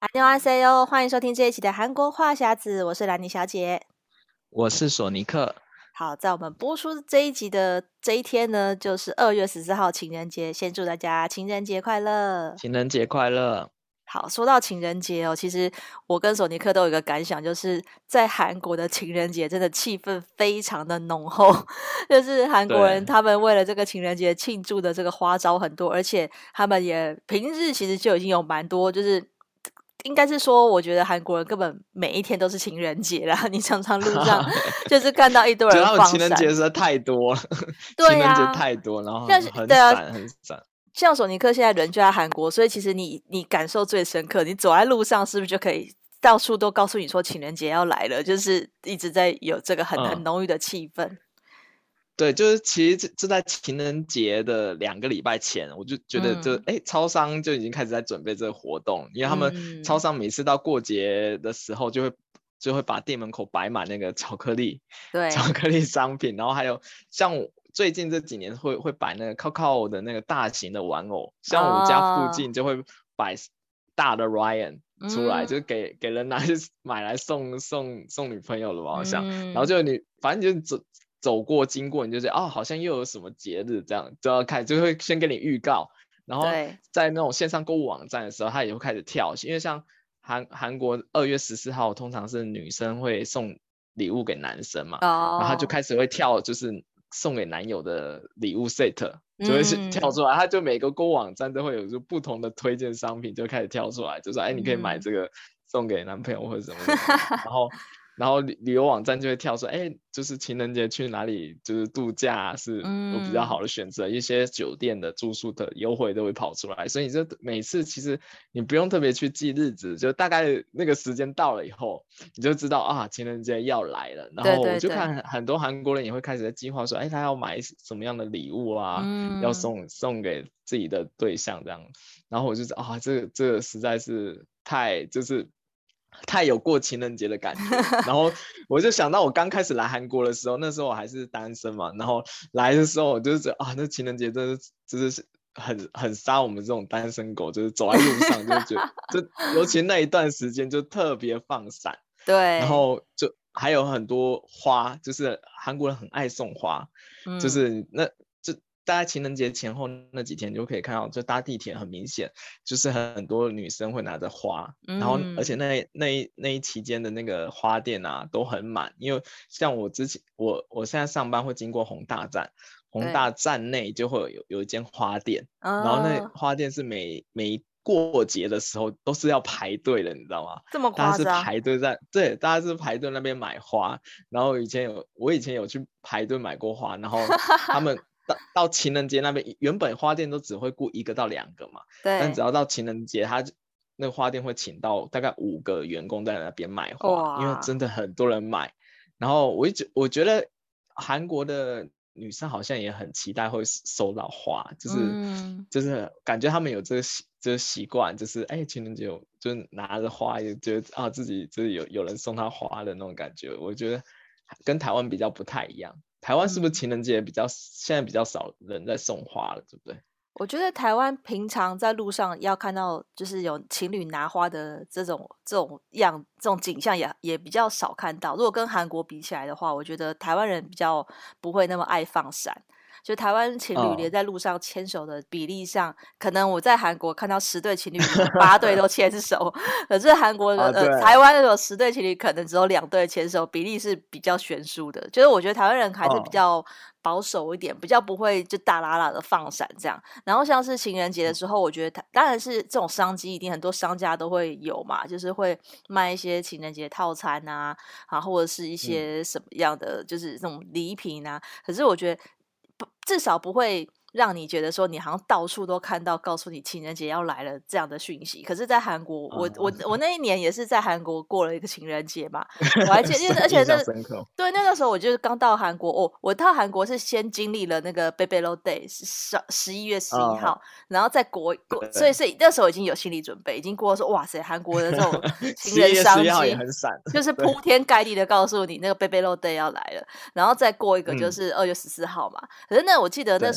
안녕하세요，欢迎收听这一期的韩国话匣子，我是兰妮小姐。 我是索尼克。 好，在我们播出这一集的这一天呢，就是2月14号情人节，先祝大家情人节快乐。 情人节快乐！ 好，说到情人节哦，其实我跟索尼克都有一个感想，就是在韩国的情人节真的气氛非常的浓厚，就是韩国人对， 他们为了这个情人节庆祝的这个花招很多，而且他们也平日其实就已经有蛮多，就是应该是说，我觉得韩国人根本每一天都是情人节啦，你常常路上就是看到一堆人觉得他们情人节放闪， 实在太多了，情人节对呀、 太多，然后像是对啊， 很散很散。 像索尼克现在人就在韩国，所以其实你感受最深刻。你走在路上，是不是就可以到处都告诉你说情人节要来了？就是一直在有这个很嗯， 浓郁的气氛。 对，就是其实这在情人节的2个礼拜前，我就觉得嗯超商就已经开始在准备这个活动，因为他们超嗯， 商每次到过节的时候就会把店门口摆满那个巧克力、巧对， 克力商品，然后还有像我最近这几年会摆那个 Coco 的那个大型的玩偶，像我家附啊， 近就会摆大的 Ryan 出来，就是嗯给人拿去买来送女朋友的嘛，我想，然后嗯， 就你反正就走过经过，你就觉得哦，好像又有什么节日这样，就要看，就会先给你预告。然后对， 在那种线上购物网站的时候，它也会开始跳，因为像韩国2月14号通常是女生会送礼物给男生嘛，然后他就哦， 开始会跳，就是送给男友的礼物 set，就会是跳嗯出来，他就每个购物网站都会有就不同的推荐商品，就开始跳出来，就说哎，你可以买嗯， 这个送给男朋友或者什么什么的，然后旅游网站就会跳说，哎，就是情人节去哪里就是度假是有比较嗯。 好的选择，一些酒店的住宿的优惠都会跑出来，所以你这每次其实你不用特别去记日子，就大概那个时间到了以后，你就知道啊情人节要来了。然对后我就对对， 看很多韩国人也会开始在计划说，哎，他要买什么样的礼物啊，要嗯， 送给自己的对象这样。然后我就啊，这个实在是太有过情人节的感觉了。然后我就想到我刚开始来韩国的时候，那时候我还是单身嘛，然后来的时候我就觉得啊，那情人节真的是很杀我们这种单身狗，就是走在路上就觉得，就尤其那一段时间就特别放闪，然对， 后就还有很多花，就是韩国人很爱送花，就嗯是就大概情人节前后那几天，你就可以看到，就搭地铁很明显，就是很多女生会拿着花，然后而且嗯， 那一期间的那个花店啊都很满，因为像我之前我现在上班会经过宏大站，宏大对， 站内就会有一间花店，然后那啊， 花店是每过节的时候都是要排队的，你知道吗？ 这么大家是夸张？ 排队在，对，大家是排队那边买花，然后我以前有去排队买过花，然后他们到情人节那边，原本花店都只会雇1个到2个嘛，但只对， 要到情人节，那个花店会请到大概5个员工在那边卖花，因为真哇， 的很多人买。然后我觉得韩国的女生好像也很期待会收到花， 嗯， 就是感觉他们有这个习惯，就是哎情人节就拿着花，也觉得啊自己就是有人送他花的那种感觉。我觉得跟台湾比较不太一样。台湾是不是嗯。 情人节现在比较少人在送花了，对不对？ 我觉得台湾平常在路上要看到，就是有情侣拿花的这种景象也比较少看到。如果跟韩国比起来的话，我觉得台湾人比较不会那么爱放闪。就台湾情侣连嗯， 在路上牵手的比例上，可能我在韩国看到10对情侣里面8对都牵手，可是韩国的啊对， 台湾那种10对情侣可能只有2对牵手，比例是比较悬殊的。就是我觉得台湾人还是比嗯较保守一点，比较不会就大喇喇的放闪这样。然后像是情人节的时候，我觉得当然是这种商机一定很多商家都会有嘛，就是会卖一些情人节套餐啊，啊或者是一嗯。 些什么样的就是这种礼品啊。可是我觉得至少不会让你觉得说你好像到处都看到告诉你情人节要来了这样的讯息。可是，在韩国，我那一年也是在韩国过了一个情人节嘛，我还记得，因为而且印象深刻。 对，那个时候我就是刚到韩国哦，我到韩国是先经历了那个 Baby Lo Day，是11月11号， 啊， 然后再过，所以对， 那时候已经有心理准备，已经过说哇塞，韩国的这种情人十一月十一号也商机， 很闪， 就是对， 铺天盖地的告诉你那个 Baby Lo Day 要来了，然后再过一个就嗯， 是2月14号嘛。可是我记得那时对， 候，因为它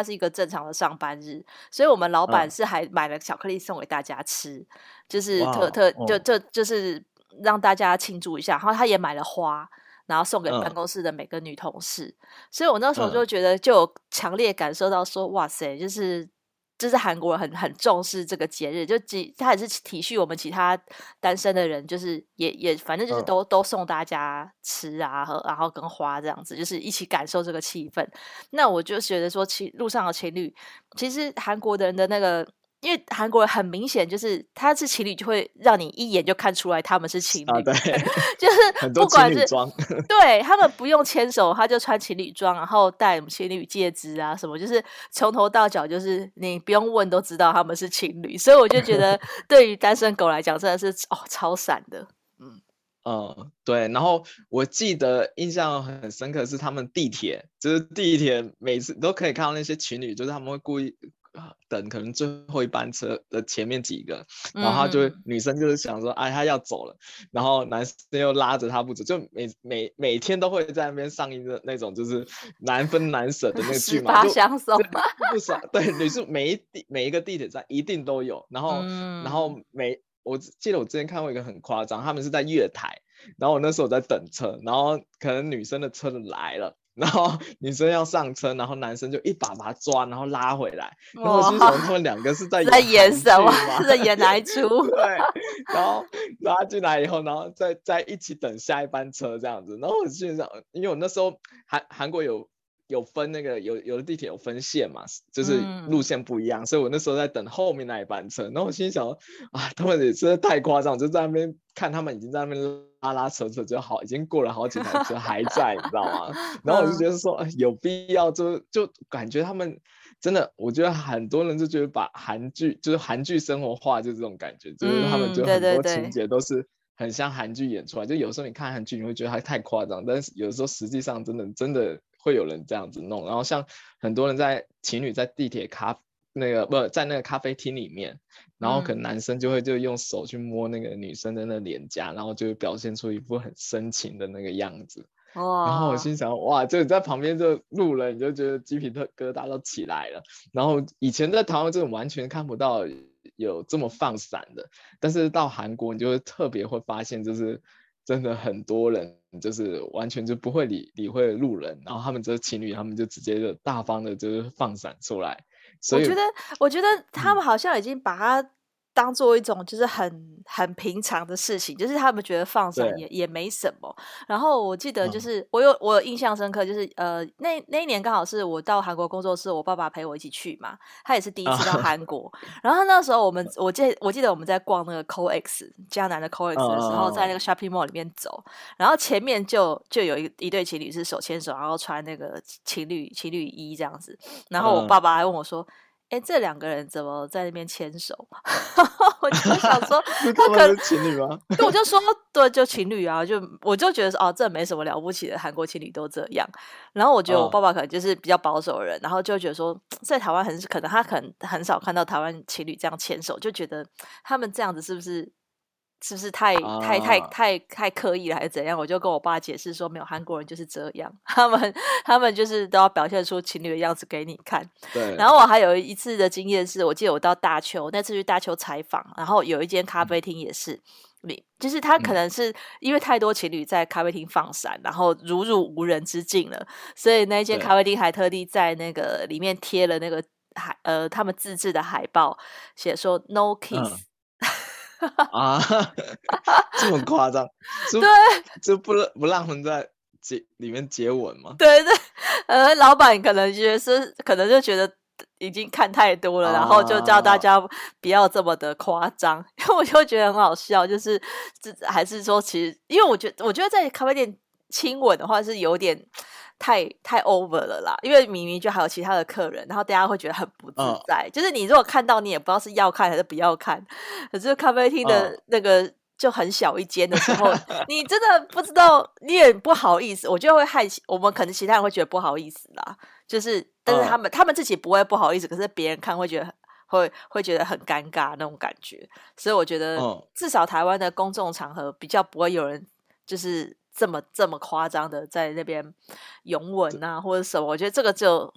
是一个正常的上班日，所以我们老板嗯， 是还买了巧克力送给大家吃，就是哇哦，哦， 就是让大家庆祝一下。然后他也买了花，然后送给办嗯公室的每个女同事。所以我那时候就嗯觉得，就有强烈感受到说，哇塞，就是韩国人很重视这个节日，他也是体恤我们其他单身的人，就是也反正就是嗯都送大家吃啊，然后跟花这样子，就是一起感受这个气氛。那我就觉得说，路上的情侣，其实韩国的人的那个。因为韩国人很明显就是他是情侣，就会让你一眼就看出来他们是情啊， 侣， 对， 就是很多不管是情侣装， 对他们不用牵手，他就穿情侣装，然后戴情侣戒指啊什么，就是从头到脚，就是你不用问都知道他们是情侣。所以我就觉得，对于单身狗来讲，真的是超闪的。嗯对，然后我记得印象很深刻是他们地铁，就是地铁每次都可以看到那些情侣，就是他们会故意等可能最后一班车的前面几个，然后他就会嗯， 女生就是想说，哎，他要走了，然后男生又拉着他不走，就每天都会在那边上映的那种就是难分难舍的那个剧嘛， 十八相送。 不少，对，你是每一个地铁站一定都有，然后嗯， 我记得我之前看过一个很夸张，他们是在月台，然后我那时候在等车，然后可能女生的车就来了，然后女生要上车，然后男生就一把把他抓，然后拉回来，然后我心想他哇， 们两个是在是在演韩剧演什么？ 吗？ 是在演哪一出？ 对，然后拉进来以后，然后再一起等下一班车这样子。然后我心想，因为我那时候韩国有分那个有的地铁有分线嘛，就是路嗯， 线不一样，所以我那时候在等后面那一班车。然后我心想啊，他们也真的太夸张，我就在那边看他们已经在那边拉扯扯就好，已经过了好几台车还在，你知道吗？然后我就觉得说，有必要就感觉他们。真的，我觉得很多人就觉得把韩剧就是韩剧生活化，就这种感觉，就是他们就对很多情对对， 节都是很像韩剧演出来。就有时候你看韩剧，你会觉得它太夸张，但是有时候实际上真的会有人这样子弄。然后像很多人情侣在地铁那个不在那个咖啡厅里面，然后可能男生就用手去摸那个女生的那脸颊，然后就会表现出一副很深情的那个样子。然后我哇， 心想，哇，这在旁边就路人你就觉得鸡皮疙瘩都起来了。然后以前在台湾这种完全看不到有这么放闪的，但是到韩国你就会特别会发现，就是真的很多人就是完全就不会理会路人，然后他们这情侣他们就直接就大方的就是放闪出来，所以我觉得，我觉得他嗯们好像已经把它当做一种就是很平常的事情，就是他们觉得放闪对， 也没什么。然后我记得就嗯是我有印象深刻，就是那一年刚好是我到韩国工作室，我爸爸陪我一起去嘛，他也是第一次到啊韩国。然后那时候我记得我们在逛那个 COEX 江南的 COEX 的时候，在那个 shopping mall 里面走，然后前面就有一对情侣是手牵手，然后穿那个情侣衣这样子。然后我爸爸还问我说：“哎，这两个人怎么在那边牵手？”我就想说， 是他可， 他们的情侣吗？ 对，我就说，对，就情侣啊，我就觉得说，哦，这没什么了不起的，韩国情侣都这样。然后我觉得我爸嗯爸可能就是比较保守的人，然后就觉得说，在台湾可能很少看到台湾情侣这样牵手，就觉得他们这样子是不是啊， 太刻意了，还是怎样？我就跟我爸解释说，没有，韩国人就是这样，他们就是都要表现出情侣的样子给你看。然对， 后我还有一次的经验是，我记得我到大邱那次去大邱采访，然后有一间咖啡厅也是，就是他可嗯能是因为太多情侣在咖啡厅放闪，然后入无人之境了，所以那间咖对， 啡厅还特地在那个里面贴了那个他们自制的海报，写说 “No kiss”。 嗯。啊，这么夸张， 对就不让他们在里面接吻吗？ 对对，老板可能就觉得已经看太多了，然后就叫大啊， 家不要这么的夸张。因为我就觉得很好笑，就是还是说，其实因为我觉得在咖啡店亲吻的话是有点太 over 了啦，因为明明就还有其他的客人，然后大家会觉得很不自嗯在。就是你如果看到，你也不知道是要看还是不要看。可是咖啡厅嗯， 的那个就很小一间的时候，你真的不知道，你也不好意思，我觉得会我们可能其他人会觉得不好意思啦，就是但是他嗯， 们他们自己不会不好意思，可是别人看会觉得会觉得很尴尬那种感觉，所以我觉得嗯， 至少台湾的公众场合比较不会有人就是这么夸张的在那边拥吻啊或者什么，我觉得这个就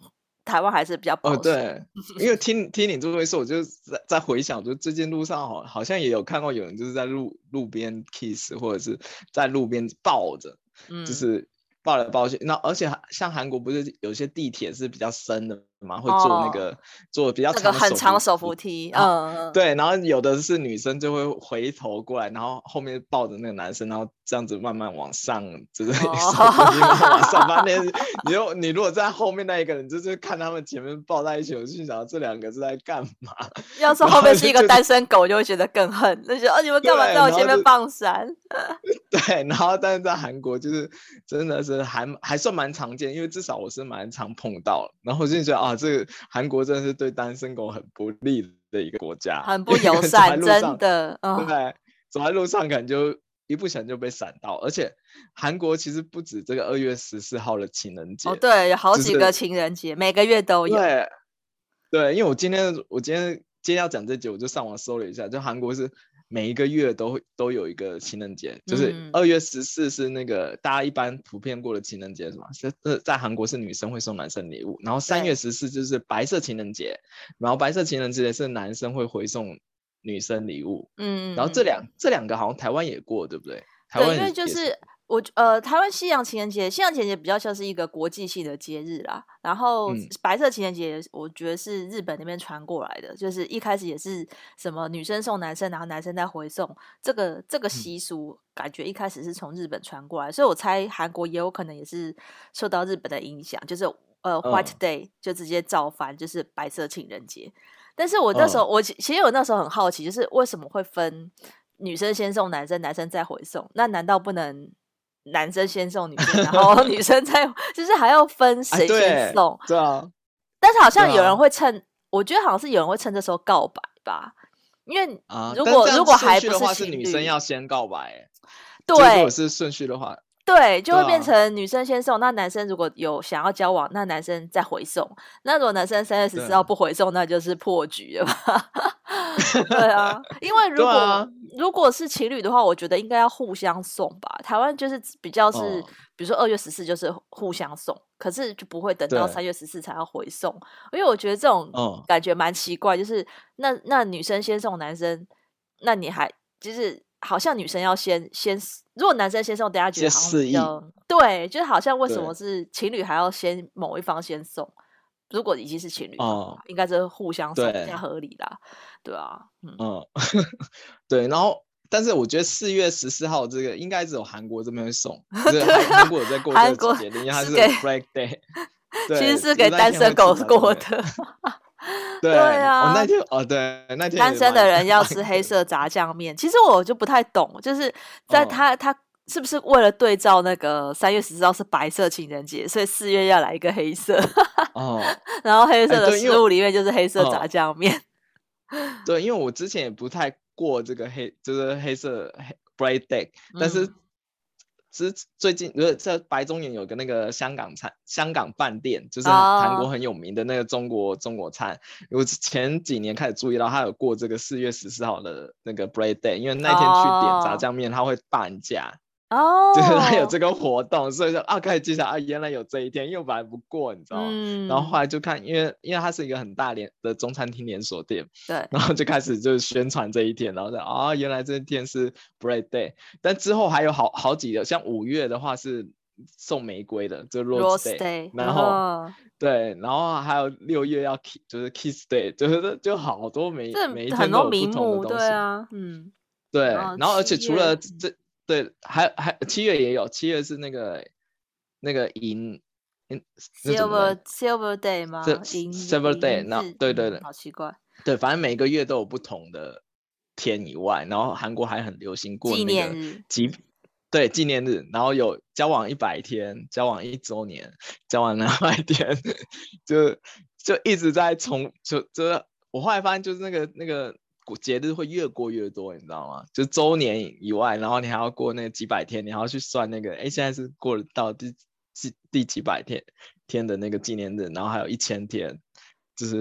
台湾还是比较保守。 对，因为听你这么一说，我就在回想，就最近路上好像也有看过有人就是在路边 kiss， 或者是在路边抱着，就是抱来抱去。那而且像韩国不是有些地铁是比较深的嘛，会坐那个坐比较长的很长的手扶梯， 对，然后有的是女生就会回头过来，然后后面抱着那个男生，然后这样子慢慢往上，就是手扶梯慢慢往上。反正你如果在后面那一个人，就是看他们前面抱在一起，我就想这两个是在干嘛？ 要是后面是一个单身狗，就会觉得更恨，就觉得你们干嘛在我前面放闪？ 对，然后但是在韩国就是真的是还算蛮常见，因为至少我是蛮常碰到，然后我就觉得这个韩国真的是对单身狗很不利的一个国家， 很不友善，真的。 对，走在路上可能就一不小心就被闪到，而且韩国其实不止这个2月14号的情人节， 对，有好几个情人节，每个月都有。 对，因为我今天要讲这集，我就上网搜了一下，就韩国是每一个月都有一个情人节，就是2月14是那个大家一般普遍过的情人节，是吗？在韩国是女生会送男生礼物，然后3月14就是白色情人节，然后白色情人节是男生会回送女生礼物，然后这两个好像台湾也过，对不对？台湾对，因为就是台湾西洋情人节比较像是一个国际性的节日啦，然后白色情人节我觉得是日本那边传过来的，就是一开始也是什么女生送男生，然后男生再回送，这个习俗感觉一开始是从日本传过来，所以我猜韩国也有可能也是受到日本的影响，就是White Day 就直接照翻，就是白色情人节。但是我那时候其实我那时候很好奇，就是为什么会分女生先送男生，男生再回送？那难道不能男生先送女生，然后女生再就是还要分谁先送？ 对啊。 但是好像有人会趁，我觉得好像是有人会趁这时候告白吧，因为如果还不是情侣，女生要先告白。 对， 如果是顺序的话。 对，就会变成女生先送，那男生如果有想要交往，那男生再回送。那如果男生3月14号不回送，那就是破局了吧？对啊，因为如果是情侣的话，我觉得应该要互相送吧。台湾就是比较是，比如说2月14就是互相送，可是就不会等到3月14才要回送，因为我觉得这种感觉蛮奇怪，就是那女生先送男生，那你还就是好像女生要先，如果男生先送，大家觉得好像比较对，就是好像为什么是情侣还要先某一方先送？如果已经是情侣的话，应该是互相送比较合理啦，对啊， 对，然后但是我觉得4月14号这个应该只有韩国这边会送，就是韩国有在过这个节日，因为它是 Black Day， 其实是给单身狗过的。 对啊，那天对，那天单身的人要吃黑色炸酱面。其实我就不太懂，就是在他是不是为了对照那个3月14号是白色情人节，所以4月要来一个黑色然后黑色的食物里面就是黑色炸酱面。 对，因为我之前也不太过这个就是黑色 Bright Day， 但是最近在白中原有个那个香港饭店，就是韩国很有名的那个中国餐。我前几年开始注意到他有过这个4月14号的那个 Bright Day， 因为那天去点炸酱面他会半价。就是他有这个活动，所以说可以记下原来有这一天，因为我本来不过，你知道吗？然后后来就看，因为它是一个很大的中餐厅连锁店， 对， 然后就开始就是宣传这一天，然后原来这一天是 Bread Day， 但之后还有好几个，像5月的话是送玫瑰的，就 Rose Day， 然后对，然后还有6月就是 Kiss Day， 就好多每一天都有不同的东西， 对啊， 对，然后而且除了这。对，还7月也有，7月是那个银 Silver Day 吗 ？Silver Day， 那对， 好奇怪。 对，反正每个月都有不同的天以外，然后韩国还很流行过那个纪念日，然后有交往100天、交往1周年、交往200天，就一直在就是我后来发现就是那个。节日会越过越多，你知道吗？就周年以外，然后你还要过那个几百天，你还要去算那个，现在是过了到第几百天的那个纪念日，然后还有1000天，就是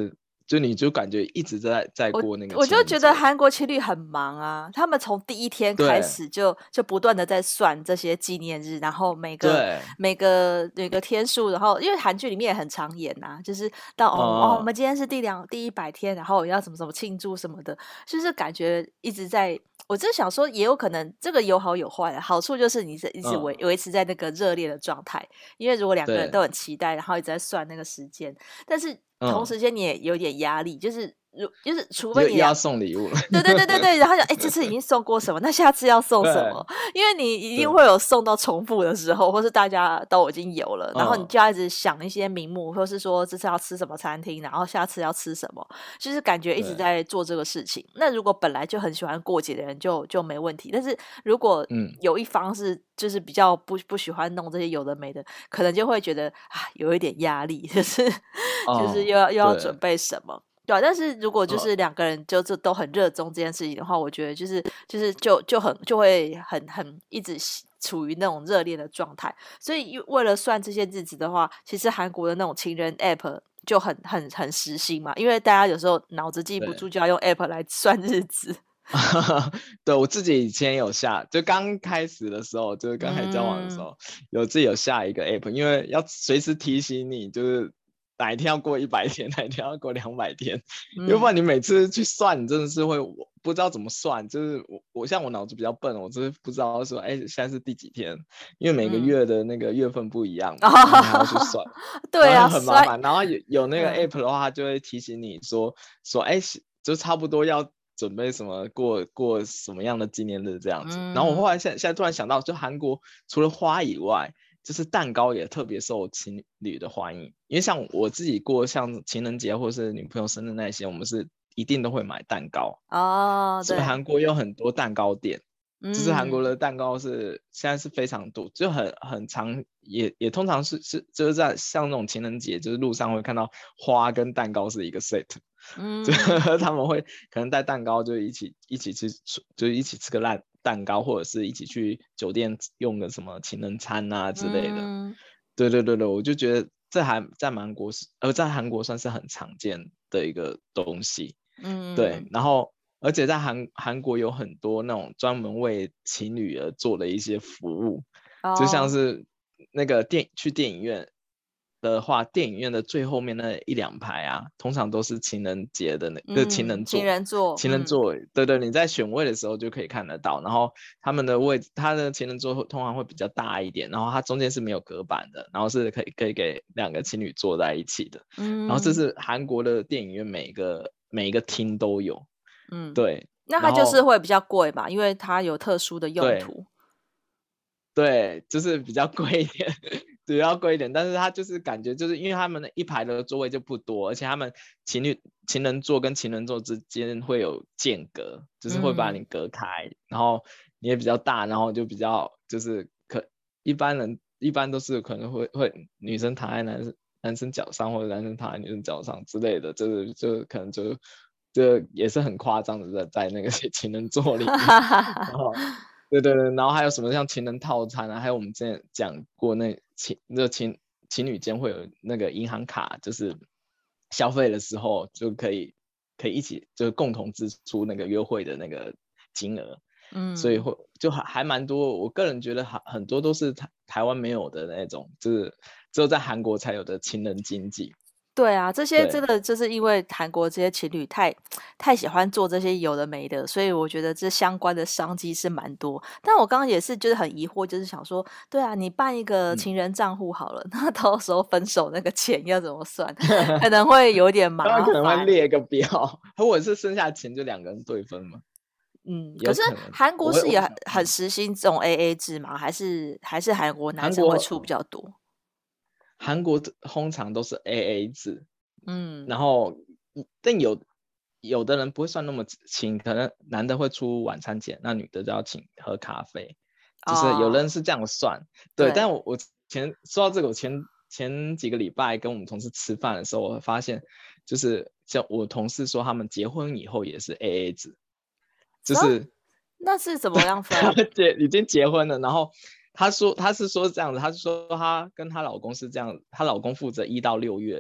就你就感觉一直在过那个我就觉得情人节。 韩国情侣很忙啊，他们从第一天开对始就不断的在算这些纪念日，然后对， 每个天数，然后因为韩剧里面也很常演啊，就是到我们今天是第100天，然后要什么什么庆祝什么的，就是感觉一直在。我就想说，也有可能这个有好有坏的，好处就是你一直维持在那个热烈的状态，因为如果两个人都很期待，然后一直在算那个时间，但是同时间你也有点压力，就是除非你又要送礼物了。 对，然后就这次已经送过什么，那下次要送什么？因为你一定会有送到重复的时候，或是大家都已经有了，然后你就要一直想一些名目，或是说这次要吃什么餐厅，然后下次要吃什么，就是感觉一直在做这个事情。那如果本来就很喜欢过节的人就没问题，但是如果有一方是就是比较不喜欢弄这些有的没的，可能就会觉得有一点压力，就是又要准备什么。对啊，但是如果就是两个人就都很热衷这件事情的话，我觉得就会很一直处于那种热烈的状态。所以为了算这些日子的话，其实韩国的那种情人 app 就很时兴嘛，因为大家有时候脑子记不住，就要用 app 来算日子。 对，我自己以前有下，就刚开始的时候，就是刚开始交往的时候，自己有下一个 app， 因为要随时提醒你，就是哪一天要过100天，哪一天要过200天，要不然你每次去算，你真的是会不知道怎么算。就是我像我脑子比较笨，我就是不知道说，现在是第几天，因为每个月的那个月份不一样，你还要去算， 对啊， 很麻烦。然后有那个 app 的话，它就会提醒你说，就差不多要准备什么过什么样的纪念日这样子。然后我后来现在突然想到，就韩国除了花以外，就是蛋糕也特别受情侣的欢迎。因为像我自己过像情人节或是女朋友生日那些，我们是一定都会买蛋糕所以韩国有很多蛋糕店。就是韩国的蛋糕现在是非常多，就很常，也通常是就是在像那种情人节，就是路上会看到花跟蛋糕是一个 set。就他们会可能带蛋糕就一起吃，就一起吃个蛋糕，或者是一起去酒店用个什么情人餐啊之类的。对，我就觉得在韩国算是很常见的一个东西。对，然后而且在韩国有很多那种专门为情侣而做的一些服务，就像是那个去电影院的话，电影院的最后面那1-2排啊，通常都是情人节的情人座。对，你在选位的时候就可以看得到。然后他的情人座通常会比较大一点，然后它中间是没有隔板的，然后是可以给2个情侣坐在一起的。然后这是韩国的电影院每一个厅都有。对， 那它就是会比较贵嘛，因为它有特殊的用途。 对，就是比较贵一点，比较贵一点，但是它就是感觉就是因为他们的一排的座位就不多，而且他们情人座跟情人座之间会有间隔，就是会把你隔开，然后你也比较大，然后就比较就是一般都是可能会女生躺在男生脚上，或者男生躺在女生脚上之类的，就可能就也是很夸张的在那个情人座里面。然后对，然后还有什么像情人套餐啊，还有我们之前讲过情侣间会有那个银行卡，就是消费的时候就可以一起就是共同支出那个约会的那个金额。所以就还蛮多，我个人觉得很多都是台湾没有的那种，就是只有在韩国才有的情人经济。 对啊，这些真的就是因为韩国这些情侣太喜欢做这些有的没的，所以我觉得这相关的商机是蛮多。但我刚刚也是就是很疑惑，就是想说，对啊，你办一个情人账户好了，那到时候分手那个钱要怎么算？可能会有点麻烦。 可能会列一个表，或者是剩下钱就2个人对分嘛。 可是韩国是也很实行这种 AA 制吗？还是韩国男生会出比较多？ 韩国通常都是 AA 制，然后但有的人不会算那么轻，可能男的会出晚餐钱，那女的就要请喝咖啡，就是有人是这样算。对，但我说到这个，我前几个礼拜跟我们同事吃饭的时候，我会发现就是像我同事说他们结婚以后也是 AA 制，就是那是怎么样分？ 已经结婚了，然后他是说这样子，他是说他跟她老公是这样，她老公负责1到6月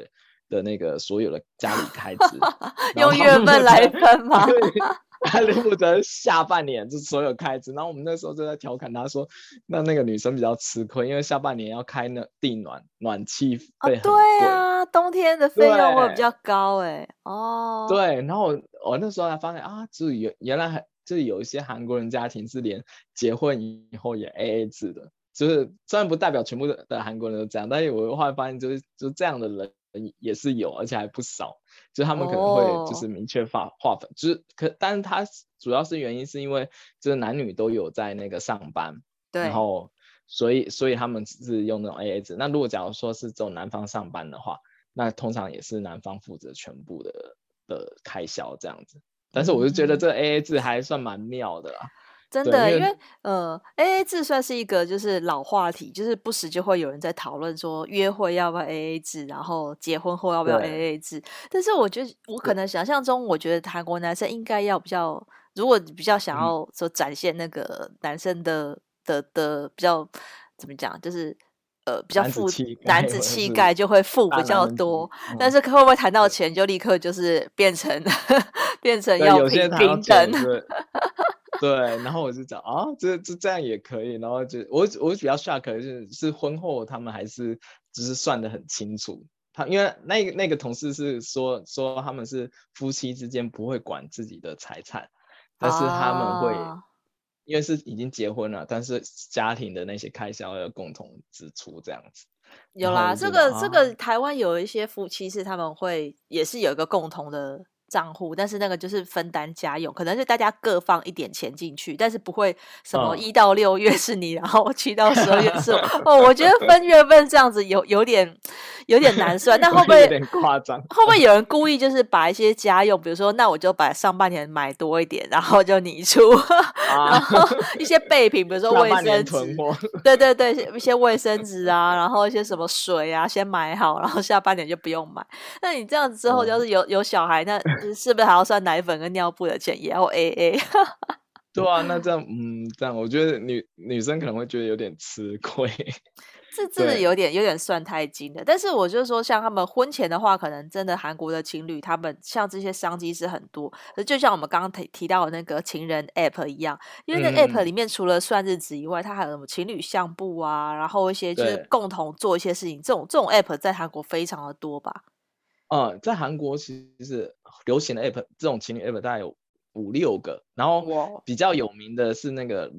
的那个所有的家里开支， 用月份来分吗？ 他就负责下半年就所有开支，然后我们那时候就在调侃他说，那个女生比较吃亏，因为下半年要开那地暖气费很贵， 对啊，冬天的费用会比较高对，然后我那时候才发现啊，就是原来就是有一些韩国人家庭是连结婚以后也 AA 制的，就是虽然不代表全部的韩国人都这样，但是我后来发现就是这样的人也是有，而且还不少。就是他们可能会就是明确划分，就是但是他主要是原因是因为就是男女都有在那个上班， 对， 然后所以他们是用那种 AA 制。那如果假如说是只有男方上班的话，那通常也是男方负责全部的开销这样子。但是我就觉得这 AA 制还算蛮妙的啦。 真的，因为AA 制算是一个就是老话题，就是不时就会有人在讨论说约会要不要 AA 制，然后结婚后要不要 AA 制。但是我觉得我可能想象中，我觉得韩国男生应该要比较，如果比较想要说展现那个男生的比较怎么讲，就是比较男子气概就会付比较多，但是会不会谈到钱就立刻就是变成要平等？ 对，然后我就讲啊，这样也可以，然后就我比较 shock 的是婚后他们还是就是算得很清楚。因为那个同事是说他们是夫妻之间不会管自己的财产，但是他们会因为是已经结婚了，但是家庭的那些开销要共同支出这样子。 有啦，这个台湾有一些夫妻是他们会也是有一个共同的账户，但是那个就是分担家用，可能是大家各放一点钱进去，但是不会什么1到6月是你，然后7到12月是我。我觉得分月份这样子有点难算，但会不会有点夸张？ 会不会有人故意就是把一些家用，比如说那我就把上半年买多一点，然后就你出，然后一些备品，比如说卫生纸，对，一些卫生纸啊，然后一些什么水啊，先买好，然后下半年就不用买。那你这样子之后，要是有小孩，那是不是还要算奶粉跟尿布的钱也要 AA？ 对啊，那这样我觉得女生可能会觉得有点吃亏。 这有点算太精了。但是我就说，像他们婚前的话，可能真的韩国的情侣，他们像这些商机是很多。就像我们刚刚提到的那个情人 App 一样，因为那 App 里面除了算日子以外，它还有什么情侣相簿啊，然后一些就是共同做一些事情。这种 App 在韩国非常的多吧？ 在韩国其实流行的 App 这种情侣 App 大概有5-6个，然后比较有名的是那个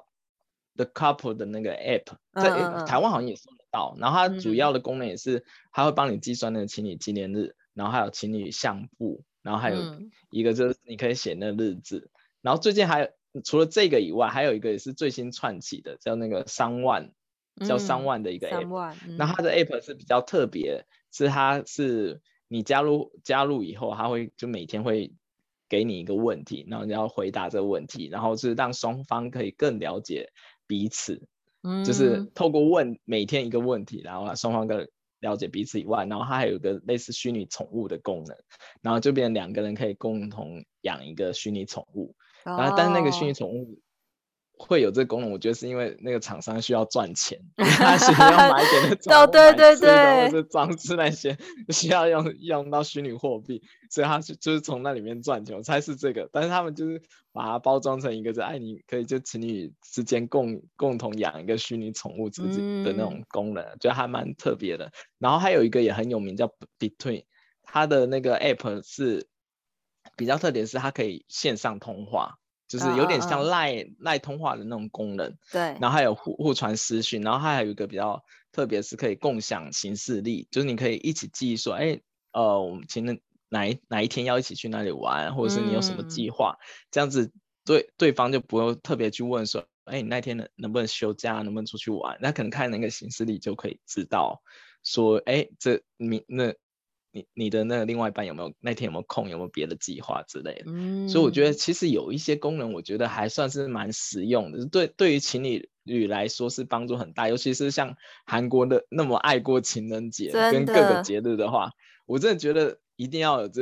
The Couple 的那个 App， 在台湾好像也搜得到。然后它主要的功能也是，它会帮你计算那个情侣纪念日，然后还有情侣相簿，然后还有一个就是你可以写那个日子。然后最近还有除了这个以外，还有一个也是最新串起的，叫那个3万，叫3万的一个 App。那它的 App 是比较特别，它是你加入以后，它会就每天会给你一个问题，然后你要回答这个问题，然后是让双方可以更了解彼此，就是透过每天一个问题，然后双方更了解彼此以外，然后它还有一个类似虚拟宠物的功能，然后就变成2个人可以共同养一个虚拟宠物，然后但是那个虚拟宠物会有这个功能，我觉得是因为那个厂商需要赚钱，他需要买给那种对， 或者装置那些需要用到虚拟货币，所以他就是从那里面赚钱。我猜是这个，但是他们就是把它包装成一个你可以就情侣之间共同养一个虚拟宠物之间的那种功能，觉得还蛮特别的。然后还有一个也很有名叫 Between， 它的那个 App 是比较特点是它可以线上通话。就是有点像赖通话的那种功能， 对， 然后还有互传私讯，然后它还有一个比较特别是可以共享行事历，就是你可以一起记忆说，我们情人哪一天要一起去哪里玩，或者是你有什么计划，这样子对方就不用特别去问说，你那天能不能休假，能不能出去玩，那可能看那个行事历就可以知道说，你的那个另外一半那天有没有空，有没有别的计划之类的。所以我觉得其实有一些功能，我觉得还算是蛮实用的，对于情侣来说是帮助很大，尤其是像韩国的那么爱过情人节跟各个节日的话，我真的觉得一定要有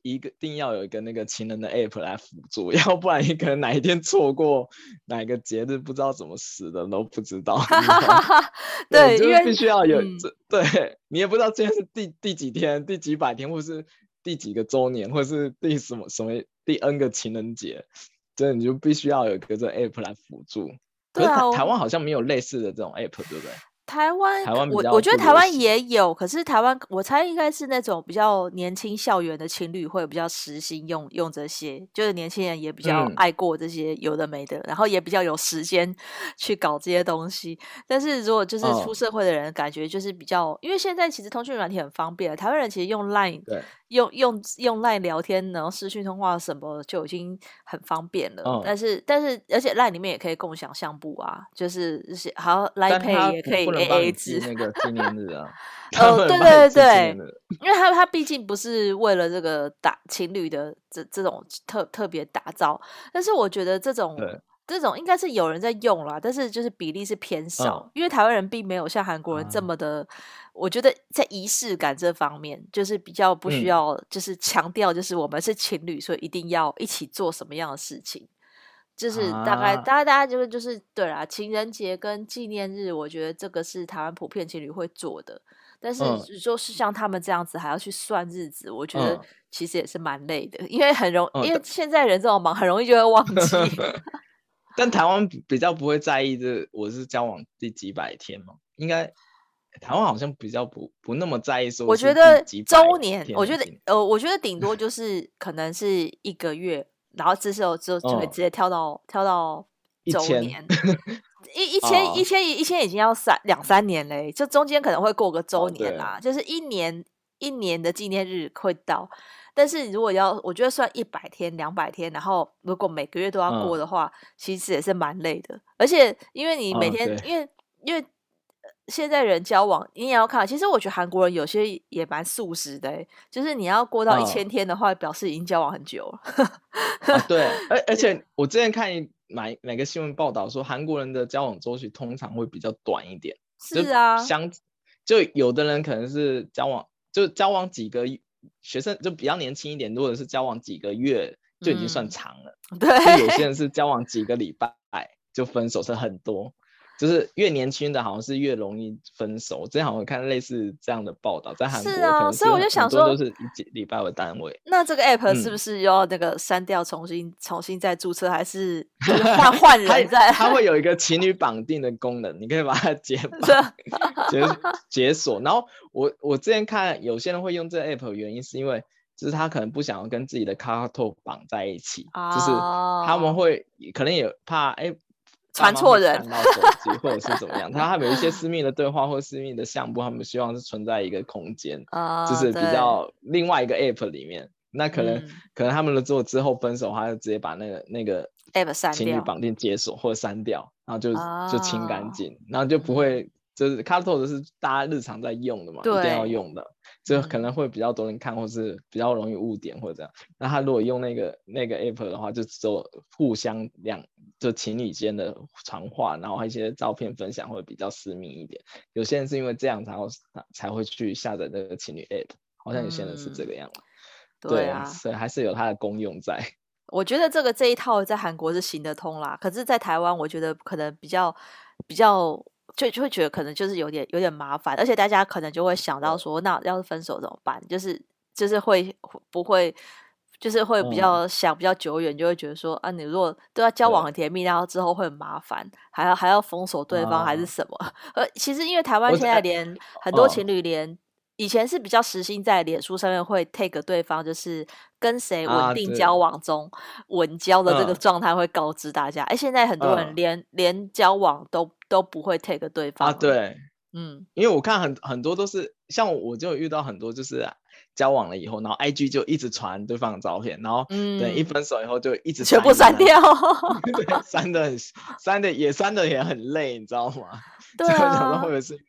一定要有一个那个情人的 app 来辅助，要不然你可能哪一天错过哪一个节日，不知道怎么死的都不知道。 对， 就是因为必须要有对，你也不知道今天是第几天，第几百天，或是第几个周年，或是第什么第 N 个情人节，真的你就必须要有一个这 app 来辅助。可是台湾好像没有类似的这种 app， 对不对？ 台湾比较我觉得台湾也有，可是台湾我猜应该是那种比较年轻校园的情侣会比较实心用这些，就是年轻人也比较爱过这些有的没的，然后也比较有时间去搞这些东西。但是如果就是出社会的人，感觉就是比较，因为现在其实通讯软体很方便，台湾人其实用 Line 用 Line 聊天，然后视讯通话什么就已经很方便了。但是而且 Line 里面也可以共享相簿啊，就是好 Line Pay 也可以 AA 制那个纪念日啊。 对对对，因为它毕竟不是为了这个情侣的这种特别打造，但是我觉得这种应该是有人在用啦，但是就是比例是偏少，因为台湾人并没有像韩国人这么的，我觉得在仪式感这方面就是比较不需要，就是强调就是我们是情侣，所以一定要一起做什么样的事情。就是大家就是对啦，情人节跟纪念日，我觉得这个是台湾普遍情侣会做的。但是说是像他们这样子还要去算日子，我觉得其实也是蛮累的，因为因为现在人这么忙，很容易就会忘记。 但台湾比较不会在意我是交往第几百天嘛？应该台湾好像比较不那么在意说。 我觉得周年，我觉得顶多就是可能是1个月。然后之后就会直接跳到周年，一千已经要2、3年嘞，就中间可能会过个周年啦，就是一年的纪念日会到。但是如果我觉得算100天、200天，然后如果每个月都要过的话，其实也是蛮累的。而且因为你每天，因为现在人交往，你也要看。其实我觉得韩国人有些也蛮素食的，就是你要过到1000天的话，表示已经交往很久了。 对，而且我之前看哪个新闻报道说，韩国人的交往周期通常会比较短一点。 是啊， 就有的人可能是交往几个学生就比较年轻一点，如果是交往几个月就已经算长了。 对， 有些人是交往几个礼拜就分手，是很多。就是越年轻的好像是越容易分手，我之前好像看类似这样的报道，在韩国可能所以我就想说都是1礼拜为单位。 那这个 app 是不是要那个删掉，重新再注册，还是换人在？ 它会有一个情侣绑定的功能，你可以把它解锁。然后我之前看有些人会用这个 app 的原因是因为就是他可能不想要跟自己的 KakaoTalk 绑在一起，就是他们会可能也怕传错人看到手机或者是怎么样，他们有一些私密的对话或私密的相簿，他们希望是存在一个空间，就是比较另外一个 app 里面。那可能他们做之后分手的话，就直接把那个 app 删掉， 情侣绑定解锁或者删掉，然后就清干净，然后就不会就是 KakaoTalk 是大家日常在用的嘛，一定要用的，就可能会比较多人看，或是比较容易误点或者这样。那他如果用那个 app 的话，就只有互相就情侣间的传话，然后一些照片分享会比较私密一点。有些人是因为这样才会去下载那个情侣 app， 好像有些人是这个样子。 对啊， 所以还是有它的功用在。 我觉得这一套在韩国是行得通啦，可是在台湾我觉得可能比较就会觉得可能就是有点麻烦，而且大家可能就会想到说，那要是分手怎么办？就是会不会就是会比较想比较久远，就会觉得说啊，你如果都要交往很甜蜜，然后之后会很麻烦，还要封锁对方还是什么？其实因为台湾现在连很多情侣连以前是比较实心在脸书上面会 take 对方，就是跟谁稳定交往中稳交的这个状态会告知大家。现在很多人连交往都不会 take 对方对，因为我看很多都是像我就遇到很多就是交往了以后，然后 IG 就一直传对方的照片，然后等一分手以后就一直全部删掉。 对，删的也很累，你知道吗？ 对啊， 想说会不会是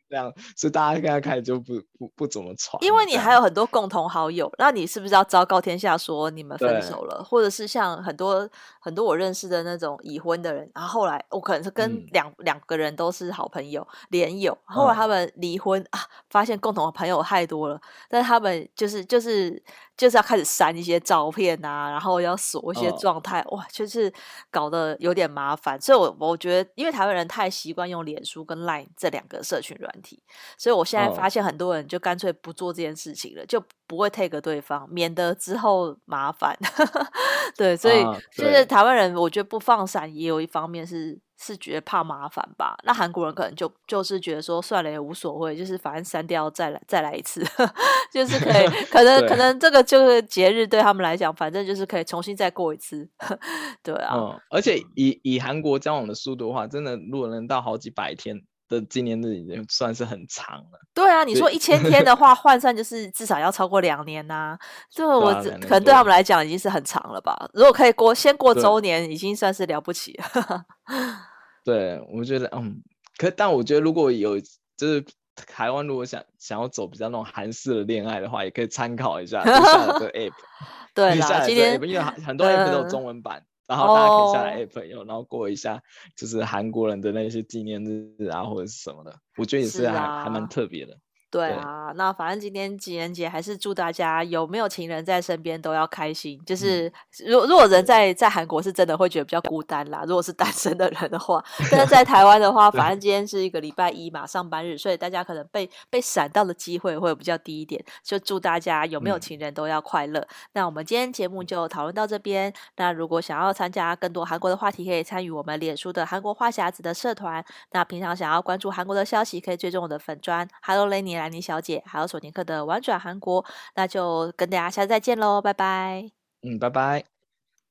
这样，所以大家现在开始就不怎么传因为你了这样。 还有很多共同好友，那你是不是要昭告天下说你们分对， 手了？或者是像很多我认识的那种已婚的人，然后后来我可能是跟嗯两个人都是好朋友连友，后来他嗯们离婚啊，发现共同的朋友太多了，但是他们就是要开始删一些照片啊，然后要锁一些嗯， 状态，哇，就是搞得有点麻烦。所以我觉得，因为台湾人太习惯用脸书跟 Line 这两个社群软体，所以我现在发现很多人就干脆不做这件事情了，就不会 take 对方，免得之后麻烦。对，所以就是对台湾人，我觉得不放闪也有一方面是觉得怕麻烦吧。那韩国人可能就是觉得说算了也无所谓，就是反正删掉再来一次，就是可以可对， 能这个就是节日对他们来讲，反正就是可以重新再过一次。对啊， 而且以韩国交往的速度的话，真的如果能到好几百天的纪念日，已经算是很长了。 对啊，你对说1000天的话，换算就是至少要超过2年呐、这个对啊， 可能对他们 2年多。 来讲已经是很长了吧？如果可以先过周对年，已经算是了不起了。 对，我觉得但我觉得如果有就是台湾如果想要走比较那种韩式的恋爱的话，也可以参考一下，就下载这个 app， 对啦， 可以下载这个今天 app，因为很多 app 都有中文版，然后大家可以下载哦， app 用，然后过一下就是韩国人的那些纪念日啊或者是什么的，我觉得也是是还蛮啊， 特别的。对， 对啊，那反正今天情人节还是祝大家有没有情人在身边都要开心。就嗯， 是如果人对在韩国是真的会觉得比较孤单啦，如果是单身的人的话，但是在台湾的话，反对， 正今天是一个礼拜一嘛，上班日，所以大家可能被闪到的机会会比较低一点。就祝大家有没有嗯， 情人都要快乐。那我们今天节目就讨论到这边。那如果想要参加更多韩国的话题，可以参与我们脸书的韩国话匣子的社团。那平常想要关注韩国的消息，可以追踪我的粉砖 Hello Lenny 兰妮小姐，还有索尼克的玩转韩国。那就跟大家下次再见喽，拜拜。 嗯，拜拜。